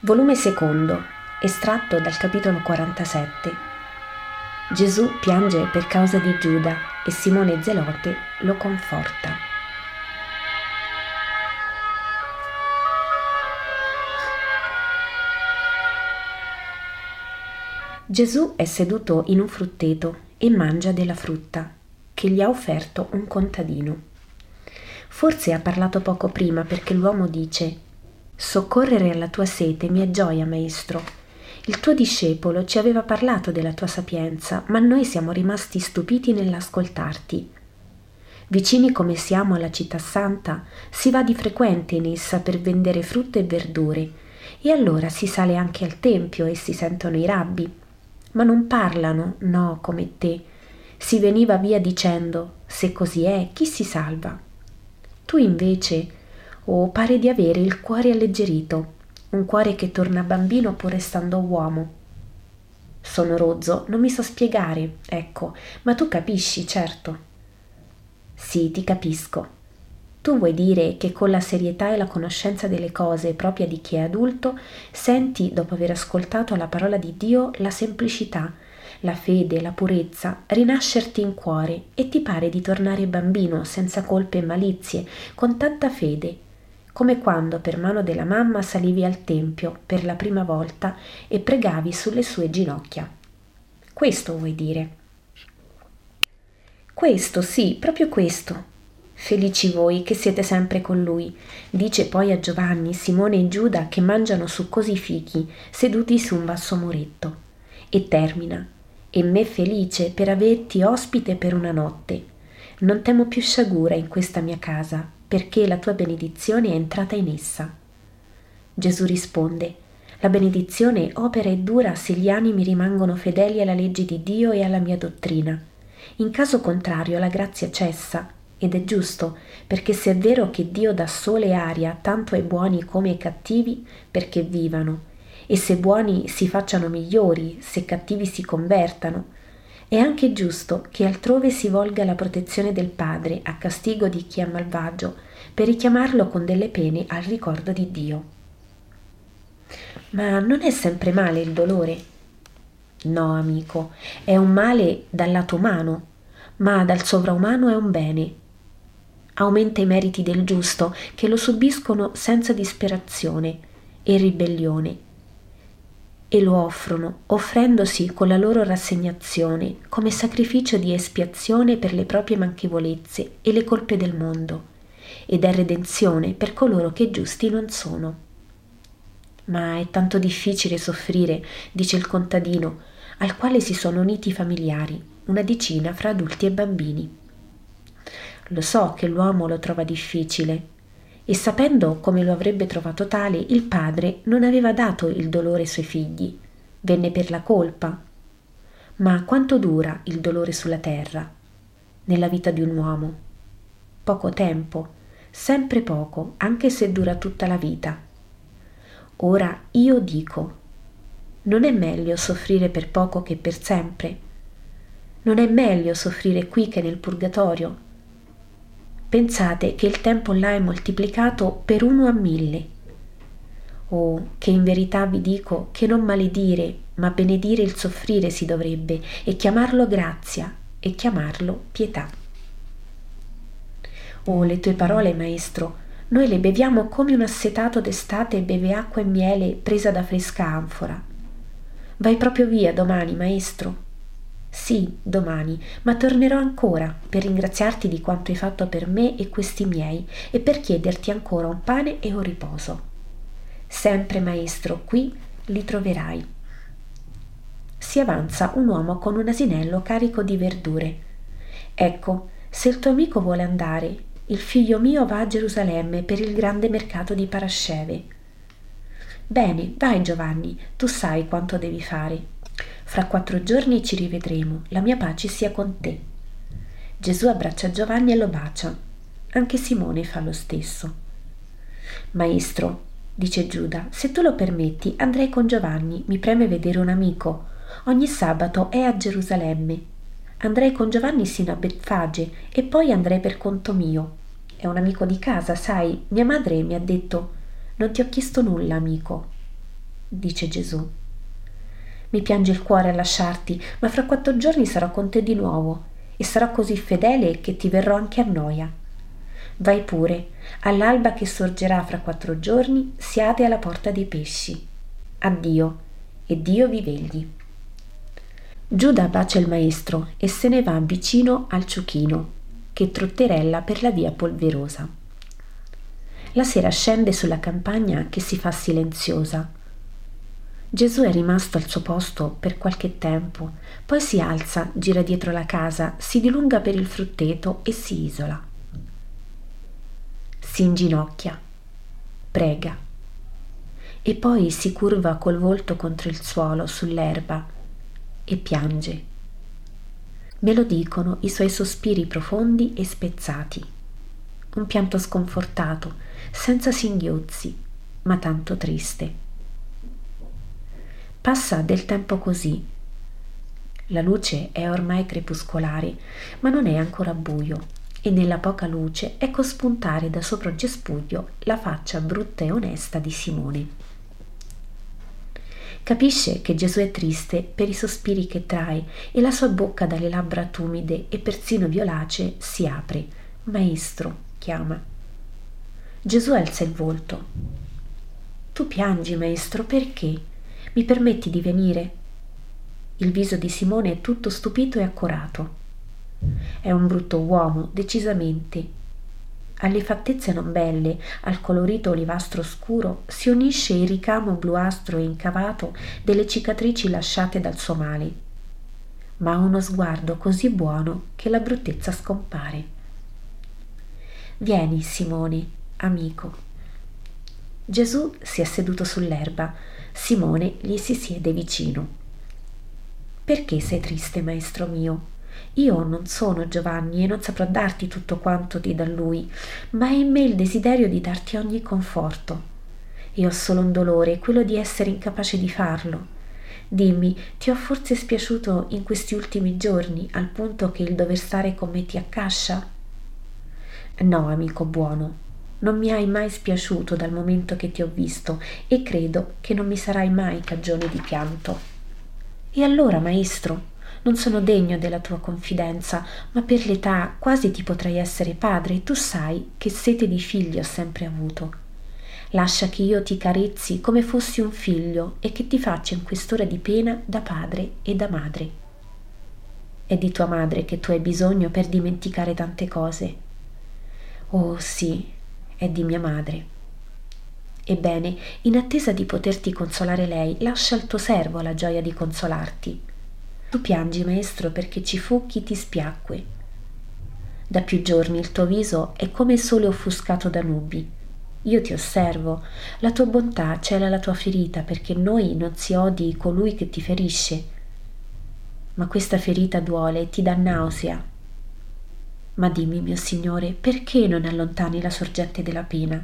Volume secondo, estratto dal capitolo 47. Gesù piange per causa di Giuda e Simone Zelote lo conforta. Gesù è seduto in un frutteto e mangia della frutta che gli ha offerto un contadino. Forse ha parlato poco prima perché l'uomo dice: «Soccorrere alla tua sete mi è gioia, maestro. Il tuo discepolo ci aveva parlato della tua sapienza, ma noi siamo rimasti stupiti nell'ascoltarti. Vicini come siamo alla città santa, si va di frequente in essa per vendere frutta e verdure, e allora si sale anche al tempio e si sentono i rabbi. Ma non parlano, no, come te. Si veniva via dicendo: se così è, chi si salva? Tu invece, pare di avere il cuore alleggerito, un cuore che torna bambino pur restando uomo. Sono rozzo, non mi so spiegare, ecco, ma tu capisci, certo». «Sì, ti capisco. Tu vuoi dire che con la serietà e la conoscenza delle cose propria di chi è adulto, senti, dopo aver ascoltato la parola di Dio, la semplicità, la fede, la purezza, rinascerti in cuore e ti pare di tornare bambino, senza colpe e malizie, con tanta fede, come quando per mano della mamma salivi al tempio per la prima volta e pregavi sulle sue ginocchia. Questo vuoi dire?» «Questo, sì, proprio questo. Felici voi che siete sempre con lui», dice poi a Giovanni, Simone e Giuda che mangiano succosi fichi seduti su un basso muretto, e termina: «E me felice per averti ospite per una notte. Non temo più sciagura in questa mia casa, perché la tua benedizione è entrata in essa». Gesù risponde: «La benedizione opera e dura se gli animi rimangono fedeli alla legge di Dio e alla mia dottrina. In caso contrario la grazia cessa, ed è giusto, perché se è vero che Dio dà sole e aria tanto ai buoni come ai cattivi perché vivano, e se buoni si facciano migliori, se cattivi si convertano, è anche giusto che altrove si volga la protezione del Padre a castigo di chi è malvagio, per richiamarlo con delle pene al ricordo di Dio». «Ma non è sempre male il dolore?» «No, amico, è un male dal lato umano, ma dal sovraumano è un bene. Aumenta i meriti del giusto, che lo subiscono senza disperazione e ribellione, e lo offrono, offrendosi con la loro rassegnazione come sacrificio di espiazione per le proprie manchevolezze e le colpe del mondo, ed è redenzione per coloro che giusti non sono». «Ma è tanto difficile soffrire», dice il contadino, al quale si sono uniti i familiari, una decina fra adulti e bambini. «Lo so che l'uomo lo trova difficile», e sapendo come lo avrebbe trovato tale, il padre non aveva dato il dolore ai suoi figli, venne per la colpa. Ma quanto dura il dolore sulla terra, nella vita di un uomo? Poco tempo, sempre poco, anche se dura tutta la vita. Ora io dico: non è meglio soffrire per poco che per sempre? Non è meglio soffrire qui che nel purgatorio? Pensate che il tempo là è moltiplicato per 1 a 1000. Oh, che in verità vi dico che non maledire, ma benedire il soffrire si dovrebbe, e chiamarlo grazia, e chiamarlo pietà». «Oh, le tue parole, maestro, noi le beviamo come un assetato d'estate beve acqua e miele presa da fresca anfora. Vai proprio via domani, maestro?» «Sì, domani, ma tornerò ancora per ringraziarti di quanto hai fatto per me e questi miei, e per chiederti ancora un pane e un riposo. Sempre, maestro, qui li troverai». Si avanza un uomo con un asinello carico di verdure. «Ecco, se il tuo amico vuole andare, il figlio mio va a Gerusalemme per il grande mercato di Parasceve». «Bene, vai Giovanni, tu sai quanto devi fare. Fra 4 giorni ci rivedremo, la mia pace sia con te». Gesù abbraccia Giovanni e lo bacia. Anche Simone fa lo stesso. «Maestro», dice Giuda, «se tu lo permetti andrei con Giovanni, mi preme vedere un amico. Ogni sabato è a Gerusalemme. Andrei con Giovanni sino a Betfage e poi andrei per conto mio. È un amico di casa, sai, mia madre mi ha detto: non ti ho chiesto nulla, amico». dice Gesù. Mi piange il cuore a lasciarti, ma fra 4 giorni sarò con te di nuovo e sarò così fedele che ti verrò anche a noia. Vai pure, all'alba che sorgerà fra 4 giorni siate alla porta dei pesci. Addio, e Dio vi vegli. Giuda bacia il maestro e se ne va vicino al ciuchino, che trotterella per la via polverosa. La sera scende sulla campagna che si fa silenziosa. Gesù è rimasto al suo posto per qualche tempo, poi si alza, gira dietro la casa, si dilunga per il frutteto e si isola. Si inginocchia, prega e poi si curva col volto contro il suolo sull'erba e piange. Me lo dicono i suoi sospiri profondi e spezzati. Un pianto sconfortato, senza singhiozzi, ma tanto triste. Passa del tempo così. La luce è ormai crepuscolare, ma non è ancora buio, e nella poca luce ecco spuntare da sopra il cespuglio la faccia brutta e onesta di Simone. Capisce che Gesù è triste per i sospiri che trae e la sua bocca dalle labbra tumide e persino violacee si apre. Maestro, chiama. Gesù alza il volto. Tu piangi, maestro, perché? Mi permetti di venire? Il viso di Simone è tutto stupito e accorato. È un brutto uomo, decisamente. Alle fattezze non belle, al colorito olivastro scuro, si unisce il ricamo bluastro e incavato delle cicatrici lasciate dal suo male. Ma ha uno sguardo così buono che la bruttezza scompare. Vieni, Simone, amico. Gesù si è seduto sull'erba. Simone gli si siede vicino. Perché sei triste, maestro mio? Io non sono Giovanni e non saprò darti tutto quanto ti dà lui, ma è in me il desiderio di darti ogni conforto. E ho solo un dolore, quello di essere incapace di farlo. Dimmi, ti ho forse spiaciuto in questi ultimi giorni, al punto che il dover stare con me ti accascia? No, amico buono. Non mi hai mai spiaciuto dal momento che ti ho visto e credo che non mi sarai mai cagione di pianto. E allora, maestro, non sono degno della tua confidenza, ma per l'età quasi ti potrei essere padre e tu sai che sete di figli ho sempre avuto. Lascia che io ti carezzi come fossi un figlio e che ti faccia in quest'ora di pena da padre e da madre. È di tua madre che tu hai bisogno per dimenticare tante cose. Oh sì, è di mia madre. Ebbene, in attesa di poterti consolare lei, lascia al tuo servo la gioia di consolarti. Tu piangi, maestro, perché ci fu chi ti spiacque. Da più giorni il tuo viso è come il sole offuscato da nubi. Io ti osservo, la tua bontà cela la tua ferita perché in noi non si odi colui che ti ferisce. Ma questa ferita duole e ti dà nausea. Ma dimmi, mio Signore, perché non allontani la sorgente della pena?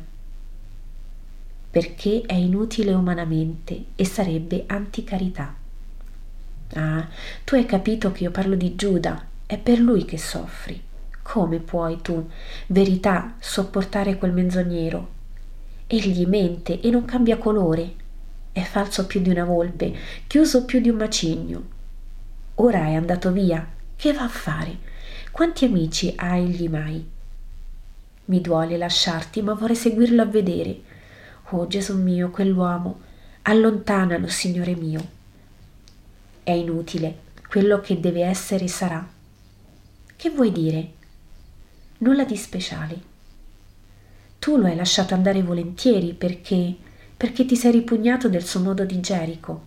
Perché è inutile umanamente e sarebbe anticarità. Ah, tu hai capito che io parlo di Giuda, è per lui che soffri. Come puoi tu, verità, sopportare quel menzognero? Egli mente e non cambia colore. È falso più di una volpe, chiuso più di un macigno. Ora è andato via, che va a fare? Quanti amici ha egli mai? Mi duole lasciarti, ma vorrei seguirlo a vedere. Oh Gesù mio, quell'uomo, allontanalo, Signore mio. È inutile, quello che deve essere sarà. Che vuoi dire? Nulla di speciale. Tu lo hai lasciato andare volentieri perché ti sei ripugnato del suo modo di Gerico.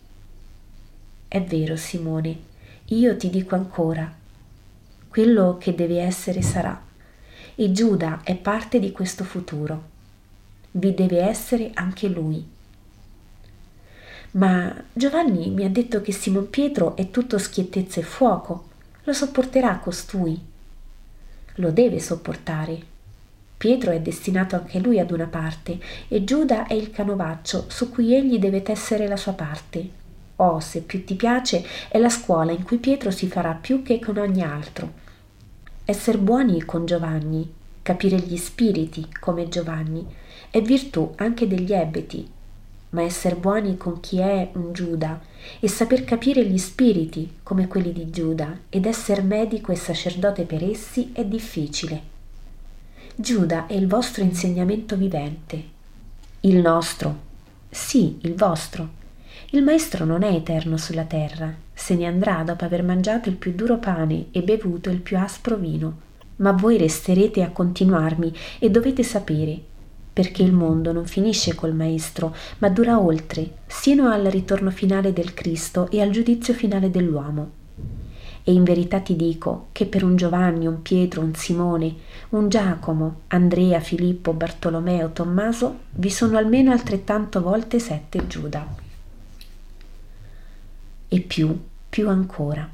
È vero, Simone, io ti dico ancora, quello che deve essere sarà, e Giuda è parte di questo futuro. Vi deve essere anche lui. Ma Giovanni mi ha detto che Simon Pietro è tutto schiettezza e fuoco. Lo sopporterà costui? Lo deve sopportare. Pietro è destinato anche lui ad una parte e Giuda è il canovaccio su cui egli deve tessere la sua parte. Oh, se più ti piace, è la scuola in cui Pietro si farà più che con ogni altro. Esser buoni con Giovanni, capire gli spiriti come Giovanni, è virtù anche degli ebeti. ma essere buoni con chi è un Giuda e saper capire gli spiriti come quelli di Giuda ed essere medico e sacerdote per essi è difficile. Giuda è il vostro insegnamento vivente. Il nostro. Sì, il vostro. Il Maestro non è eterno sulla terra, se ne andrà dopo aver mangiato il più duro pane e bevuto il più aspro vino. Ma voi resterete a continuarmi e dovete sapere, perché il mondo non finisce col Maestro, ma dura oltre, sino al ritorno finale del Cristo e al giudizio finale dell'uomo. E in verità ti dico che per un Giovanni, un Pietro, un Simone, un Giacomo, Andrea, Filippo, Bartolomeo, Tommaso, vi sono almeno altrettanto volte 7 Giuda. E più ancora.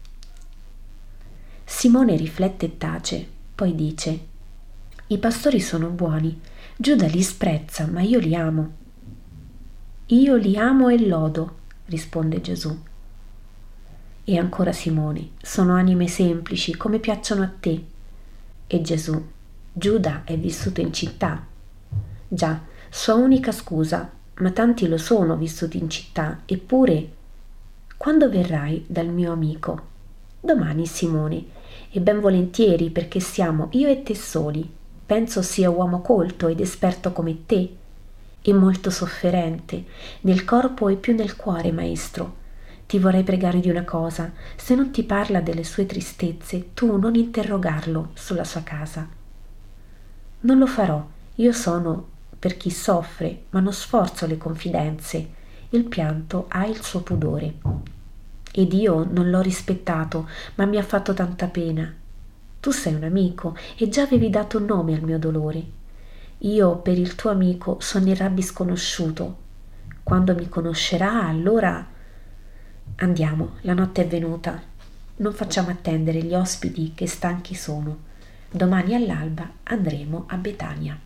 Simone riflette e tace, poi dice: i pastori sono buoni, Giuda li sprezza, ma io li amo. Io li amo e lodo, risponde Gesù. E ancora Simone: sono anime semplici, come piacciono a te. E Gesù: Giuda è vissuto in città. Già, sua unica scusa, ma tanti lo sono vissuti in città, eppure. Quando verrai dal mio amico? Domani, Simone, e ben volentieri, perché siamo io e te soli. Penso sia uomo colto ed esperto come te, e molto sofferente, nel corpo e più nel cuore, maestro. Ti vorrei pregare di una cosa: se non ti parla delle sue tristezze, tu non interrogarlo sulla sua casa. Non lo farò, io sono per chi soffre, ma non sforzo le confidenze. Il pianto ha il suo pudore. Ed io non l'ho rispettato, ma mi ha fatto tanta pena. Tu sei un amico e già avevi dato un nome al mio dolore. Io per il tuo amico sono il Rabbi sconosciuto. Quando mi conoscerà, allora. Andiamo, la notte è venuta. Non facciamo attendere gli ospiti che stanchi sono. Domani all'alba andremo a Betania.